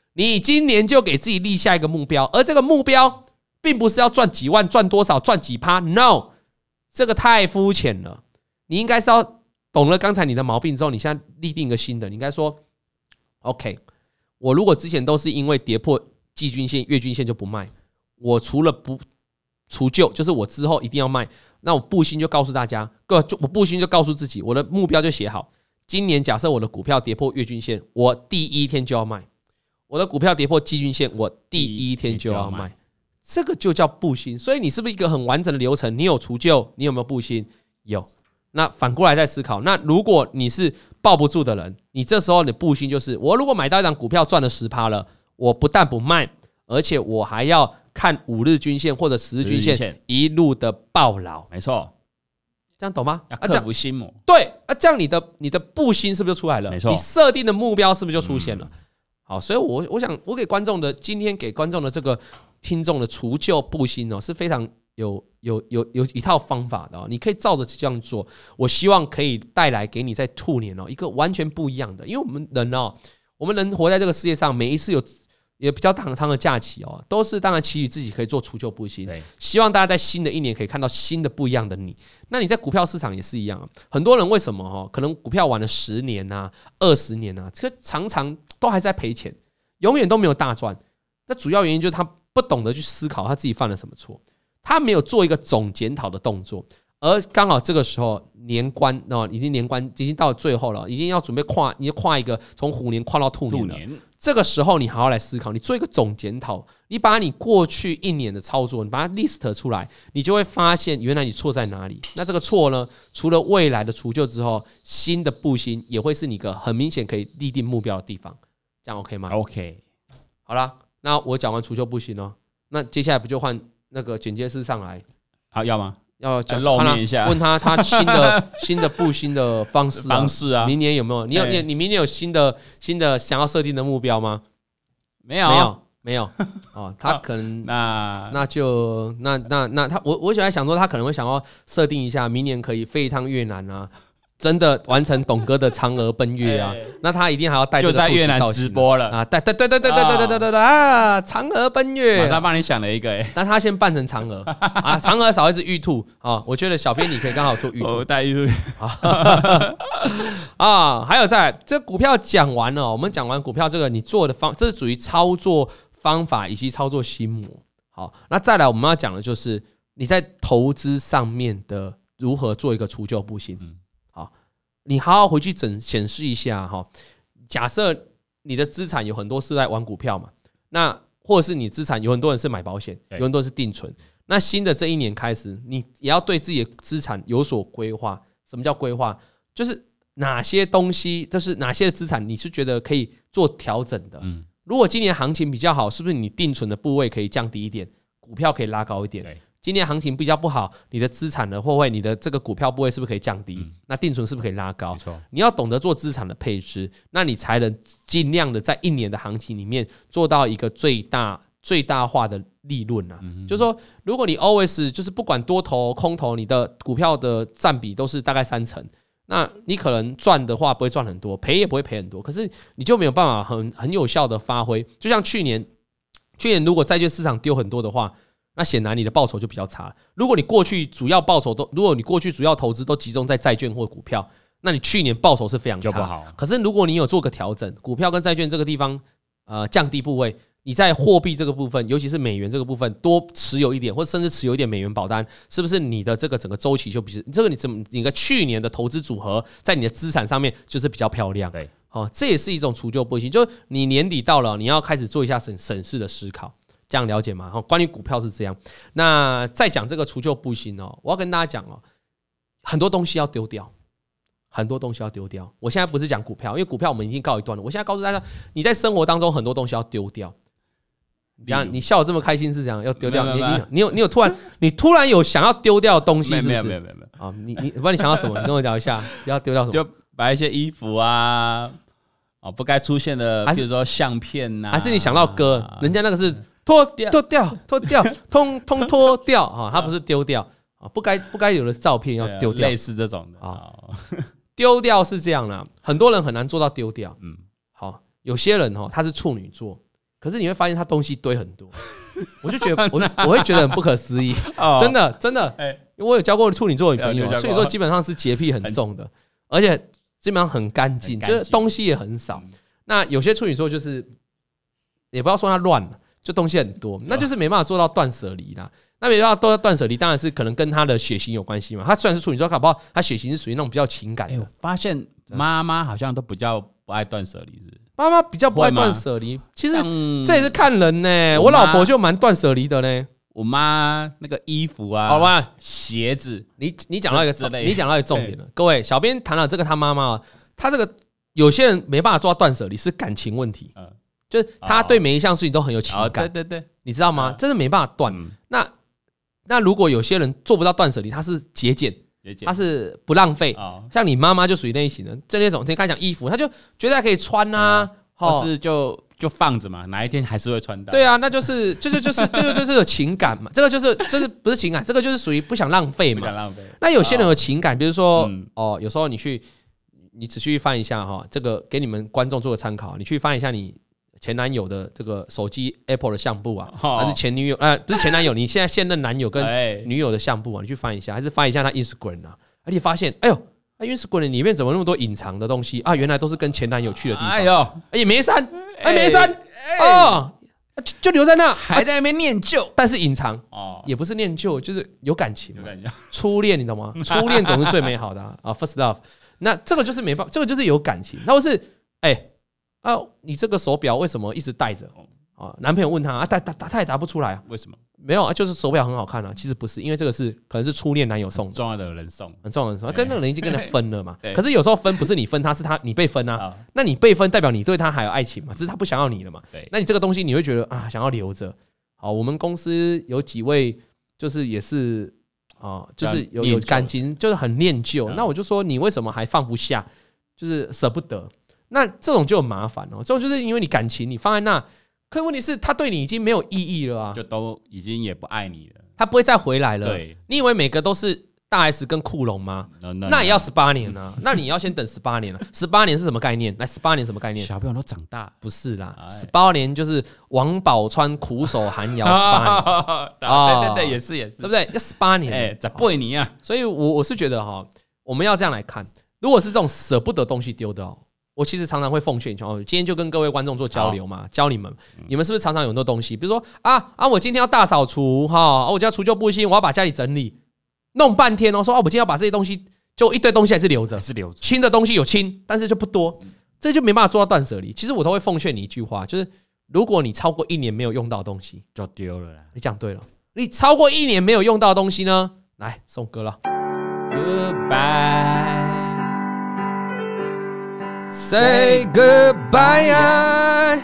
你今年就给自己立下一个目标，而这个目标并不是要赚几万、赚多少、赚几%。No， 这个太肤浅了。你应该是要懂了刚才你的毛病之后，你现在立定一个新的。你应该说 ，OK， 我如果之前都是因为跌破季均线、月均线就不卖，我除了不除旧，就是我之后一定要卖。那我步心就告诉大家，我步心就告诉自己，我的目标就写好。今年假设我的股票跌破月均线，我第一天就要卖；我的股票跌破季均线，我第一天就要卖。这个就叫步心。所以你是不是一个很完整的流程？你有除旧，你有没有步心？有。那反过来再思考，那如果你是抱不住的人，你这时候你的步心就是：我如果买到一张股票赚了10%了，我不但不卖，而且我还要看5日均线或者10日均线一路的抱牢。 没错， 这样懂吗？ 要克服心魔。 对啊，这样你的步心是不是就出来了？ 没错， 你设定的目标是不是就出现了？好，所以我想我给观众的今天给观众的这个听众的除旧步心是非常有一套方法的你可以照着这样做。我希望可以带来给你在兔年一个完全不一样的，因为我们人活在这个世界上，每一次也比较长的假期都是当然期许自己可以做除旧步心，希望大家在新的一年可以看到新的不一样的你。那你在股票市场也是一样很多人为什么可能股票玩了10年20年这个常常都还是在赔钱，永远都没有大赚。那主要原因就是他不懂得去思考他自己犯了什么错，他没有做一个总检讨的动作。而刚好这个时候年关已经到最后了，已经要准备你就跨一个从虎年跨到兔年了。这个时候你好好来思考，你做一个总检讨，你把你过去1年的操作，你把它 list 出来，你就会发现原来你错在哪里。那这个错呢，除了未来的除旧之后，新的步心也会是你一个很明显可以立定目标的地方。这样 OK 吗 ？OK， 好啦，那我讲完除旧步心了，那接下来不就换那个剪接师上来？ 好，要吗？ 要露面一下， 问他新的步心的方式啊，明年有没有？你明年有新的想要设定的目标吗？ 没有他可能那他我想想说，他可能会想要设定一下，明年可以飞一趟越南啊。真的完成董哥的嫦娥奔月啊，那他一定还要带就在越南直播了啊！对啊！嫦娥奔月， 马上帮你想了一个但他先扮成嫦娥啊，嫦娥少一只玉兔啊！我觉得小编你可以刚好做玉兔， 带玉兔啊！还有再来，这股票讲完了，我们讲完股票这个你做的这是属于操作方法以及操作心魔。好，那再来我们要讲的就是你在投资上面的如何做一个除旧步心。你好好回去显示一下假设你的资产有很多是在玩股票嘛，那或者是你资产有很多人是买保险，有很多人是定存。那新的这一年开始，你也要对自己的资产有所规划。什么叫规划？就是哪些东西，就是哪些资产你是觉得可以做调整的。如果今年行情比较好，是不是你定存的部位可以降低一点，股票可以拉高一点？今年行情比较不好，你的资产的货位，你的这个股票部位是不是可以降低？那定存是不是可以拉高？你要懂得做资产的配置，那你才能尽量的在1年的行情里面做到一个最大化的利润就是说，如果你 always 就是不管多头空头，你的股票的占比都是大概30%，那你可能赚的话不会赚很多，赔也不会赔很多，可是你就没有办法很有效的发挥。就像去年如果债券市场丢很多的话，那显然你的报酬就比较差。如果你过去主要投资都集中在债券或股票，那你去年报酬是非常差，就不好。可是如果你有做个调整，股票跟债券这个地方降低部位，你在货币这个部分，尤其是美元这个部分多持有一点，或者甚至持有一点美元保单，是不是你的这个整个周期就比这个你的去年的投资组合在你的资产上面就是比较漂亮？对，这也是一种除旧步心，就是你年底到了，你要开始做一下审视的思考。这样了解吗？关于股票是这样。那再讲这个除旧步心我要跟大家讲很多东西要丢掉，很多东西要丢掉。我现在不是讲股票，因为股票我们已经告一段了。我现在告诉大家，你在生活当中很多东西要丢掉。你笑得这么开心是这样要丢掉？你突然有想要丢掉的东西是不是？没有啊！你不知道你想要什么？你跟我讲一下，要丢掉什么？ 就把一些衣服啊，不该出现的，比如说相片啊， 还是你想到歌？人家那个是。脱掉，通脱掉它不是丢掉不该有的照片要丢掉， 类似这种的丢掉是这样啦，很多人很难做到丢掉。好，有些人他是处女座， 可是你会发现它东西堆很多，我就觉得我会觉得很不可思议，真的真的。我有交过处女座的朋友，处女座基本上是洁癖很重的，而且基本上很干净，就是东西也很少。那有些处女座就是也不要说他乱了，就东西很多，那就是没办法做到断舍离啦。那没办法做到断舍离，当然是可能跟他的血型有关系嘛。他虽然是处女座，搞不好他血型是属于那种比较情感的。 我发现妈妈好像都比较不爱断舍离，是不是？ 妈妈比较不爱断舍离，其实这也是看人呢。我老婆就蛮断舍离的呢。 我妈那个衣服啊， 好吧， 鞋子， 你讲到一个重点了。各位，小编谈了这个他妈妈，他这个有些人没办法做到断舍离，是感情问题。就是他对每一项事情都很有情感， 对， 你知道吗？真的没办法断。那如果有些人做不到断舍离，他是节俭，他是不浪费。像你妈妈就属于那一型的，就那种你刚才讲衣服，他就觉得还可以穿啊， 或是就放着嘛，哪一天还是会穿到。 对啊，那就是有情感嘛，这个就是不是情感，这个就是属于不想浪费嘛。 不想浪费。 那有些人有情感，比如说有时候你只去翻一下哈，这个给你们观众做个参考，你去翻一下你前男友的这个手机 Apple 的相簿啊，还是前女友不是前男友，你现在现任男友跟女友的相簿啊，你去翻一下，还是翻一下他 Instagram 啊，而且发现，哎呦，Instagram 里面怎么那么多隐藏的东西啊？原来都是跟前男友去的地方，哎呦，也没删，没删，就留在那， 还在那边念旧， 但是隐藏也不是念旧，就是有感情，初恋，你懂吗？初恋总是最美好的啊 ，first love。那这个就是没办法，这个就是有感情，那或是你这个手表为什么一直戴着？男朋友问他他也答不出来啊。 为什么？ 没有啊，就是手表很好看啊。其实不是，因为这个可能是初恋男友送的， 很重要的人送， 很重要的人送，跟那个人已经跟他分了嘛。可是有时候分不是你分他，是你被分啊。那你被分代表你对他还有爱情嘛？只是他不想要你了嘛。那你这个东西你会觉得想要留着。好，我们公司有几位就是也是就是有感情，就是很念旧。那我就说你为什么还放不下？就是舍不得。那这种就很麻烦哦，这种就是因为你感情你放在那，可问题是他对你已经没有意义了啊， 就都已经也不爱你了， 他不会再回来了。 对， 你以为每个都是大 S 跟库龙吗？那也要18年啊，那你要先等18年了。18年是什么概念？来，18年什么概念？ 小朋友都长大， 不是啦，18年就是王宝钏苦守寒窑18年对，也是， 对不对？要18年， 在背你啊。 所以我是觉得我们要这样来看，如果是这种舍不得东西丢的我其实常常会奉劝今天就跟各位观众做交流嘛，教你们是不是常常有很多东西，比如说我今天要大扫除我家除旧布新，我要把家里整理，弄半天说我今天要把这些东西，就一堆东西还是留着，轻的东西有轻，但是就不多，这就没办法做到断舍离。其实我都会奉劝你一句话，就是如果你超过1年没有用到的东西， 就丢了啦。 你讲对了，你超过1年没有用到的东西呢，来送歌了 ，Goodbye。Say goodbye，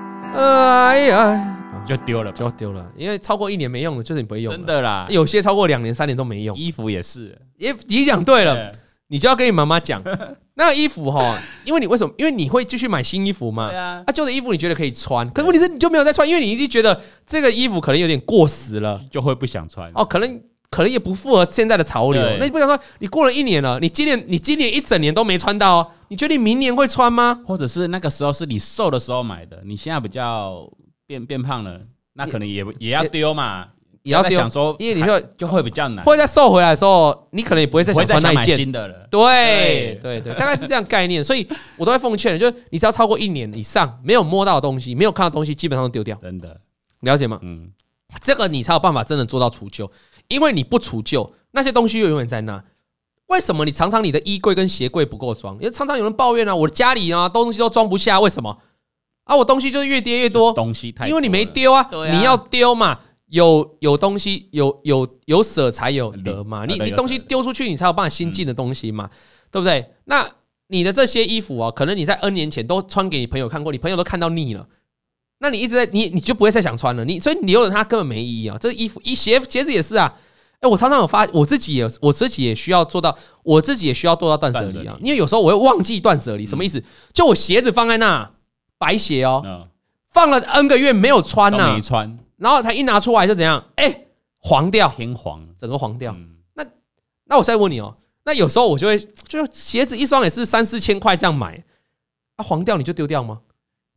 就丢了， 因为超过1年没用的，就是你不会用， 真的啦。 有些超过2年、3年都没用， 衣服也是， 你讲对了，你就要跟你妈妈讲，那个衣服因为你为什么？因为你会继续买新衣服嘛， 对啊， 旧的衣服你觉得可以穿，可是问题是你就没有再穿，因为你已经觉得这个衣服可能有点过时了， 就会不想穿可能也不符合现在的潮流。那你不想说，你过了1年了，你今年一整年都没穿到你觉得你明年会穿吗？ 或者是那个时候是你瘦的时候买的，你现在比较变胖了，那可能也要丢嘛， 也要丢， 想说， 因为你就会比较难， 会再瘦回来的时候，你可能也不会再想穿那一件新的了。 对，大概是这样概念。所以我都会奉劝，就是你只要超过1年以上没有摸到的东西，没有看到的东西，基本上都丢掉。 真的， 了解吗？这个你才有办法真的做到除旧，因为你不除旧，那些东西又永远在那。为什么你常常你的衣柜跟鞋柜不够装？因为常常有人抱怨我的家里东西都装不下，为什么？我东西就是越叠越多， 东西太多了， 因为你没丢啊，你要丢嘛，有东西有舍才有得嘛，你东西丢出去，你才有办法新进的东西嘛，对不对？那你的这些衣服可能你在 N 年前都穿给你朋友看过，你朋友都看到腻了。那你一直在你就不会再想穿了，所以你留着它根本没意义啊。这衣服鞋子也是啊，我常常有我自己也需要做到，断舍离啊。因为有时候我会忘记断舍离，什么意思？就我鞋子放在那，白鞋放了 N 个月没有穿没穿， 然后它一拿出来就怎样？黄掉， 偏黄， 整个黄掉。那我再问你那有时候我就鞋子一双也是3-4千块这样买，黄掉你就丢掉吗？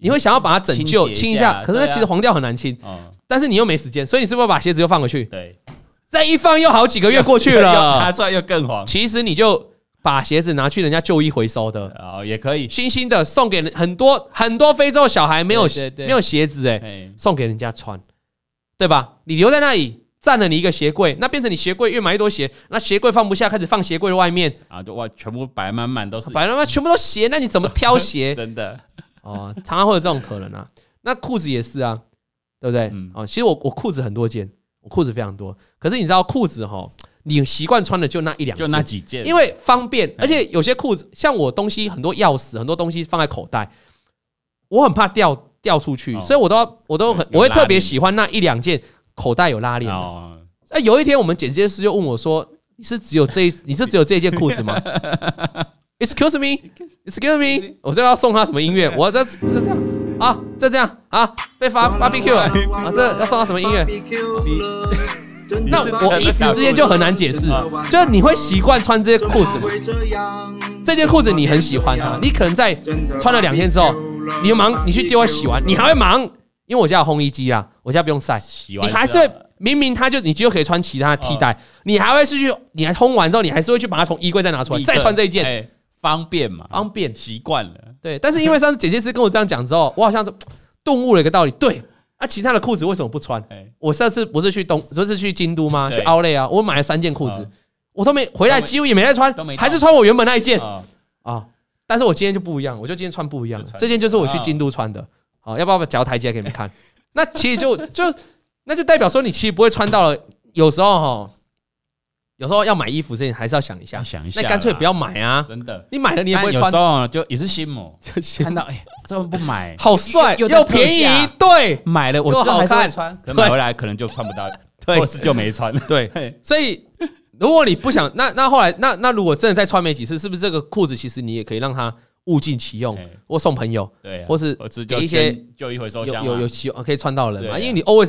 你会想要把它拯救清一下，可是其实黄掉很难清，但是你又没时间，所以你是不是把鞋子又放回去？ 对， 再一放又好几个月过去了， 拿出来又更黄。 其实你就把鞋子拿去人家旧衣回收的也可以， 新兴的送给很多非洲小孩没有鞋子送给人家穿，对吧？你留在那里占了你一个鞋柜，那变成你鞋柜越买越多鞋，那鞋柜放不下，开始放鞋柜的外面就全部摆满满都是， 摆满满全部都鞋，那你怎么挑鞋？ 真的常常会有这种可能啊。那裤子也是啊，对不对？其实我裤子很多件，我裤子非常多，可是你知道裤子你习惯穿的就那一两件， 就那几件， 因为方便，而且有些裤子像我东西很多钥匙，很多东西放在口袋，我很怕掉出去，所以我会特别喜欢那一两件口袋有拉链的。有一天我们剪接师就问我说：“你是只有这一件裤子吗？”Excuse me，我就要送他什么音乐？我这样啊，这样啊，被罚 barbecue 啊，这要送他什么音乐？那我一时之间就很难解释，就是你会习惯穿这些裤子吗？这件裤子你很喜欢它，你可能在穿了2天之后，你忙，你去丢来洗完，你还会忙，因为我家有烘衣机啊，我家不用晒，你还是会明明你就可以穿其他的替代，你还会你还烘完之后，你还是会去把它从衣柜再拿出来，再穿这一件， 方便嘛， 方便习惯了。 对，但是因为上次剪接师跟我这样讲之后，我好像顿悟了一个道理，对。其他的裤子为什么不穿？我上次不是去京都吗？去Outlet啊，我买了3件裤子，我都没回来，几乎也没再穿，还是穿我原本那一件但是我今天就不一样，我就今天穿不一样，这件就是我去京都穿的。要不要脚台阶给你们看？那其实那就代表说你其实不会穿到了，有时候要买衣服之前还是要想一下，那干脆不要买啊！真的，你买了你也不会穿。 有时候就也是心魔，看到这不买， 好帅又便宜，对， 买了我之后还是会穿，可买回来可能就穿不到，或是就没穿。 对，所以如果你不想，那后来那如果真的再穿没几次，是不是这个裤子其实你也可以让它物尽其用，或送朋友，对，或是给一些旧衣回收箱有可以穿到人嘛？因为你 always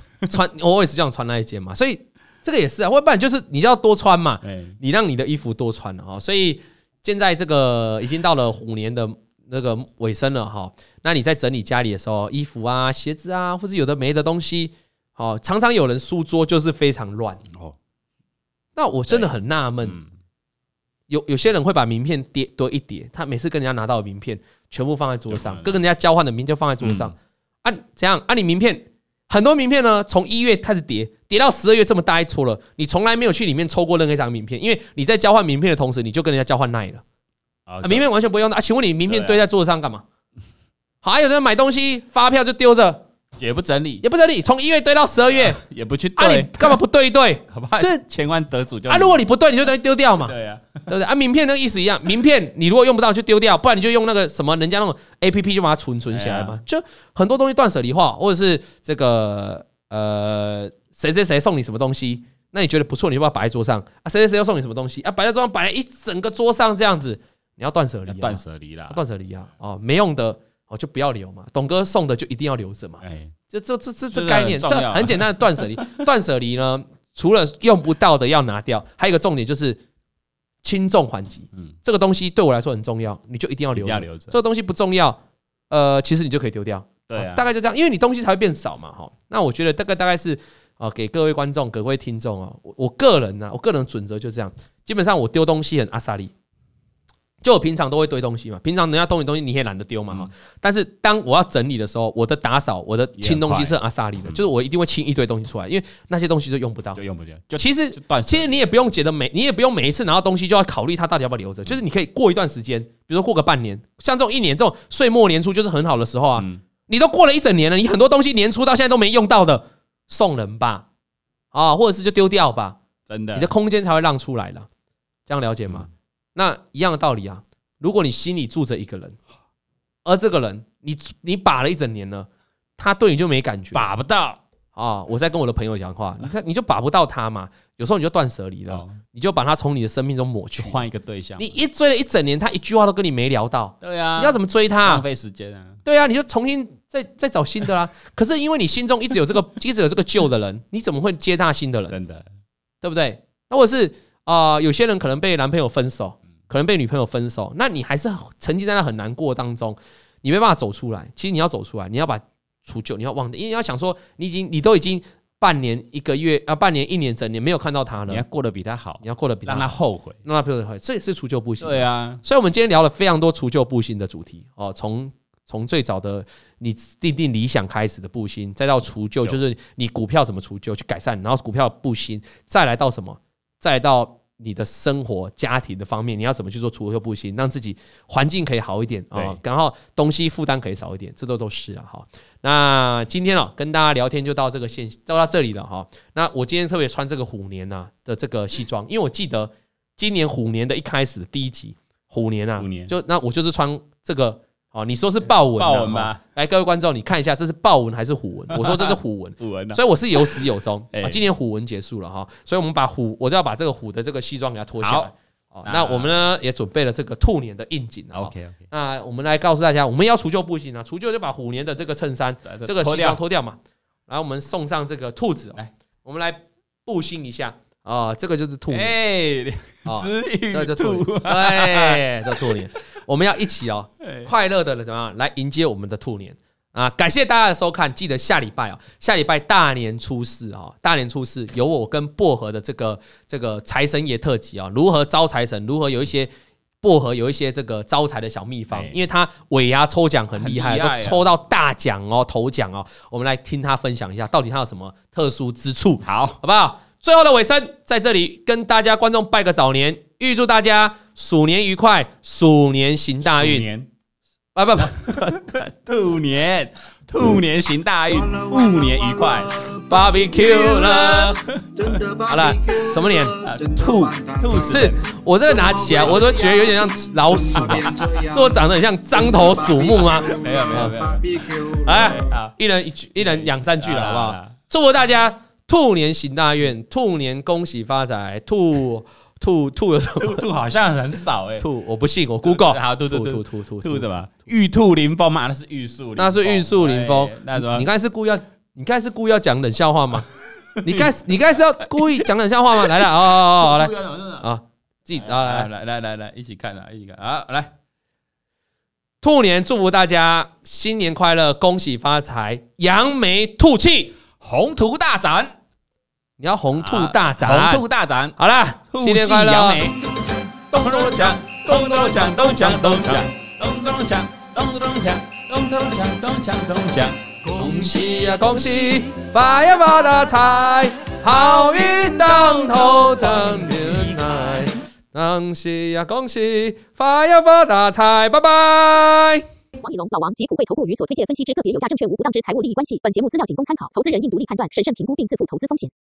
always 这样穿那一件嘛，所以。这个也是啊，要不然就是你要多穿嘛，你让你的衣服多穿所以现在这个已经到了虎年的那个尾声了那你在整理家里的时候，衣服啊、鞋子啊，或是有的没的东西常常有人书桌就是非常乱那我真的很纳闷，有些人会把名片堆一叠，他每次跟人家拿到的名片全部放在桌上，跟人家交换的名片就放在桌上怎样你名片很多名片呢，从1月开始叠到12月这么大一撮了，你从来没有去里面抽过任何一张名片，因为你在交换名片的同时，你就跟人家交换赖了名片完全不用的请问你名片堆在桌子上干嘛？还有人买东西发票就丢着， 也不整理， 从1月堆到12月也不去对你干嘛不对一对？ 好吧，这千万得主就如果你不对，你就等于丢掉嘛， 对啊， 对不对名片那个意思一样，名片你如果用不到就丢掉，不然你就用那个什么人家那种 APP 就把它存起来嘛，就很多东西断舍离化，或者是这个谁送你什么东西，那你觉得不错，你就把它摆在桌上谁又送你什么东西摆在桌上，摆在一整个桌上这样子，你要断舍离断舍离啦， 断舍离没用的就不要留嘛，董哥送的就一定要留着嘛，这概念，这很简单的断舍离。断舍离呢，除了用不到的要拿掉，还有一个重点就是轻重缓急。这个东西对我来说很重要，你就一定要留着。这个东西不重要，其实你就可以丢掉。对大概就这样，因为你东西才会变少嘛。那我觉得大概是给各位观众、各位听众我个人的准则就这样，基本上我丢东西很阿萨利。就我平常都会堆东西嘛，平常人家东西你也懒得丢嘛但是当我要整理的时候，我的打扫、我的清东西是很阿萨利的，就是我一定会清一堆东西出来，因为那些东西就用不到，其实你也不用觉得你也不用每一次拿到东西就要考虑它到底要不要留着，就是你可以过一段时间，比如说过个半年，像这种1年这种岁末年初就是很好的时候你都过了一整年了，你很多东西年初到现在都没用到的，送人吧或者是就丢掉吧，真的，你的空间才会让出来了，这样了解吗？那一样的道理如果你心里住着一个人，而这个人你把了一整年了，他对你就没感觉， 把不到我在跟我的朋友讲话，你就把不到他嘛，有时候你就断舍离了，你就把他从你的生命中抹去， 换一个对象。 你一追了一整年，他一句话都跟你没聊到， 对啊， 你要怎么追他？ 浪费时间对啊，你就重新再找新的啦。可是因为你心中一直有这个旧的人，你怎么会接纳新的人？ 真的， 对不对？那或者是有些人可能被男朋友分手，可能被女朋友分手，那你还是沉浸在那很难过当中， 你没办法走出来。其实你要走出来，你要把除旧，你要忘掉，因为你要想说，你都已经半年、1个月半年、1年、整年没有看到他了， 你要过得比他好， 你要过得比他好， 让他后悔， 让他后悔，这也是除旧布新。 对啊， 所以我们今天聊了非常多除旧布新的主题哦，从最早的你定理想开始的布新，再到除旧，就是你股票怎么除旧去改善，然后股票布新，再来到什么？再来到你的生活家庭的方面，你要怎么去做除旧布新，让自己环境可以好一点啊，然后东西负担可以少一点，这都是啊。好，那今天跟大家聊天就到这里了哈。那我今天特别穿这个虎年的这个西装，因为我记得今年虎年的一开始第一集虎年那我就是穿这个。你说是豹纹吧？来，各位观众，你看一下，这是豹纹还是虎纹？我说这是虎纹，所以我是有始有终。今年虎纹结束了哈，所以我们我就要把这个虎的这个西装给它脱下来。那我们呢也准备了这个兔年的应景。 OK， 那我们来告诉大家，我们要除旧布新除旧就把虎年的这个衬衫、这个西装脱掉嘛。然后我们送上这个兔子，来，我们来布新一下。这个就是兔年，这就兔年，对，这兔年，我们要一起快乐的怎么样来迎接我们的兔年啊！感谢大家的收看，记得下礼拜大年初四有我跟薄荷的这个财神爷特辑如何招财神，如何有一些薄荷有一些这个招财的小秘方，因为他尾牙抽奖很厉害，都抽到大奖头奖我们来听他分享一下，到底他有什么特殊之处，好不好？最后的尾声，在这里跟大家观众拜个早年，预祝大家鼠年愉快，鼠年行大运。 兔年行大运，5年愉快 ，barbecue 了。好了，什么年？兔是我这个拿起来，我都觉得有点像老鼠是我长得很像獐头鼠目吗？ 没有。 来，一人2、3句了，好不好？祝福大家。兔年行大运，兔年恭喜发财，兔有什么？ 兔好像很少兔我不信，我 Google。 好，兔什么？玉兔临风嘛，那是玉树临风。那什么？你刚才是故意要讲冷笑话吗？你刚才是要故意讲冷笑话吗？来了，来自己来，一起看，好来。 兔年祝福大家新年快乐，恭喜发财，扬眉吐气， 宏图大展。 你要宏图大展，好啦，新年快乐！ 扬眉，咚咚锵，咚咚锵，咚锵咚锵，咚咚锵，咚咚锵，咚咚锵，咚锵咚锵。 恭喜呀恭喜，发呀发大财，好运当头等人来。恭喜呀恭喜，发呀发大财，拜拜。 王以龙、老王及普惠投顾与所推荐分析之个别有价证券无不当之财务利益关系。本节目资料仅供参考，投资人应独立判断、审慎评估并自负投资风险。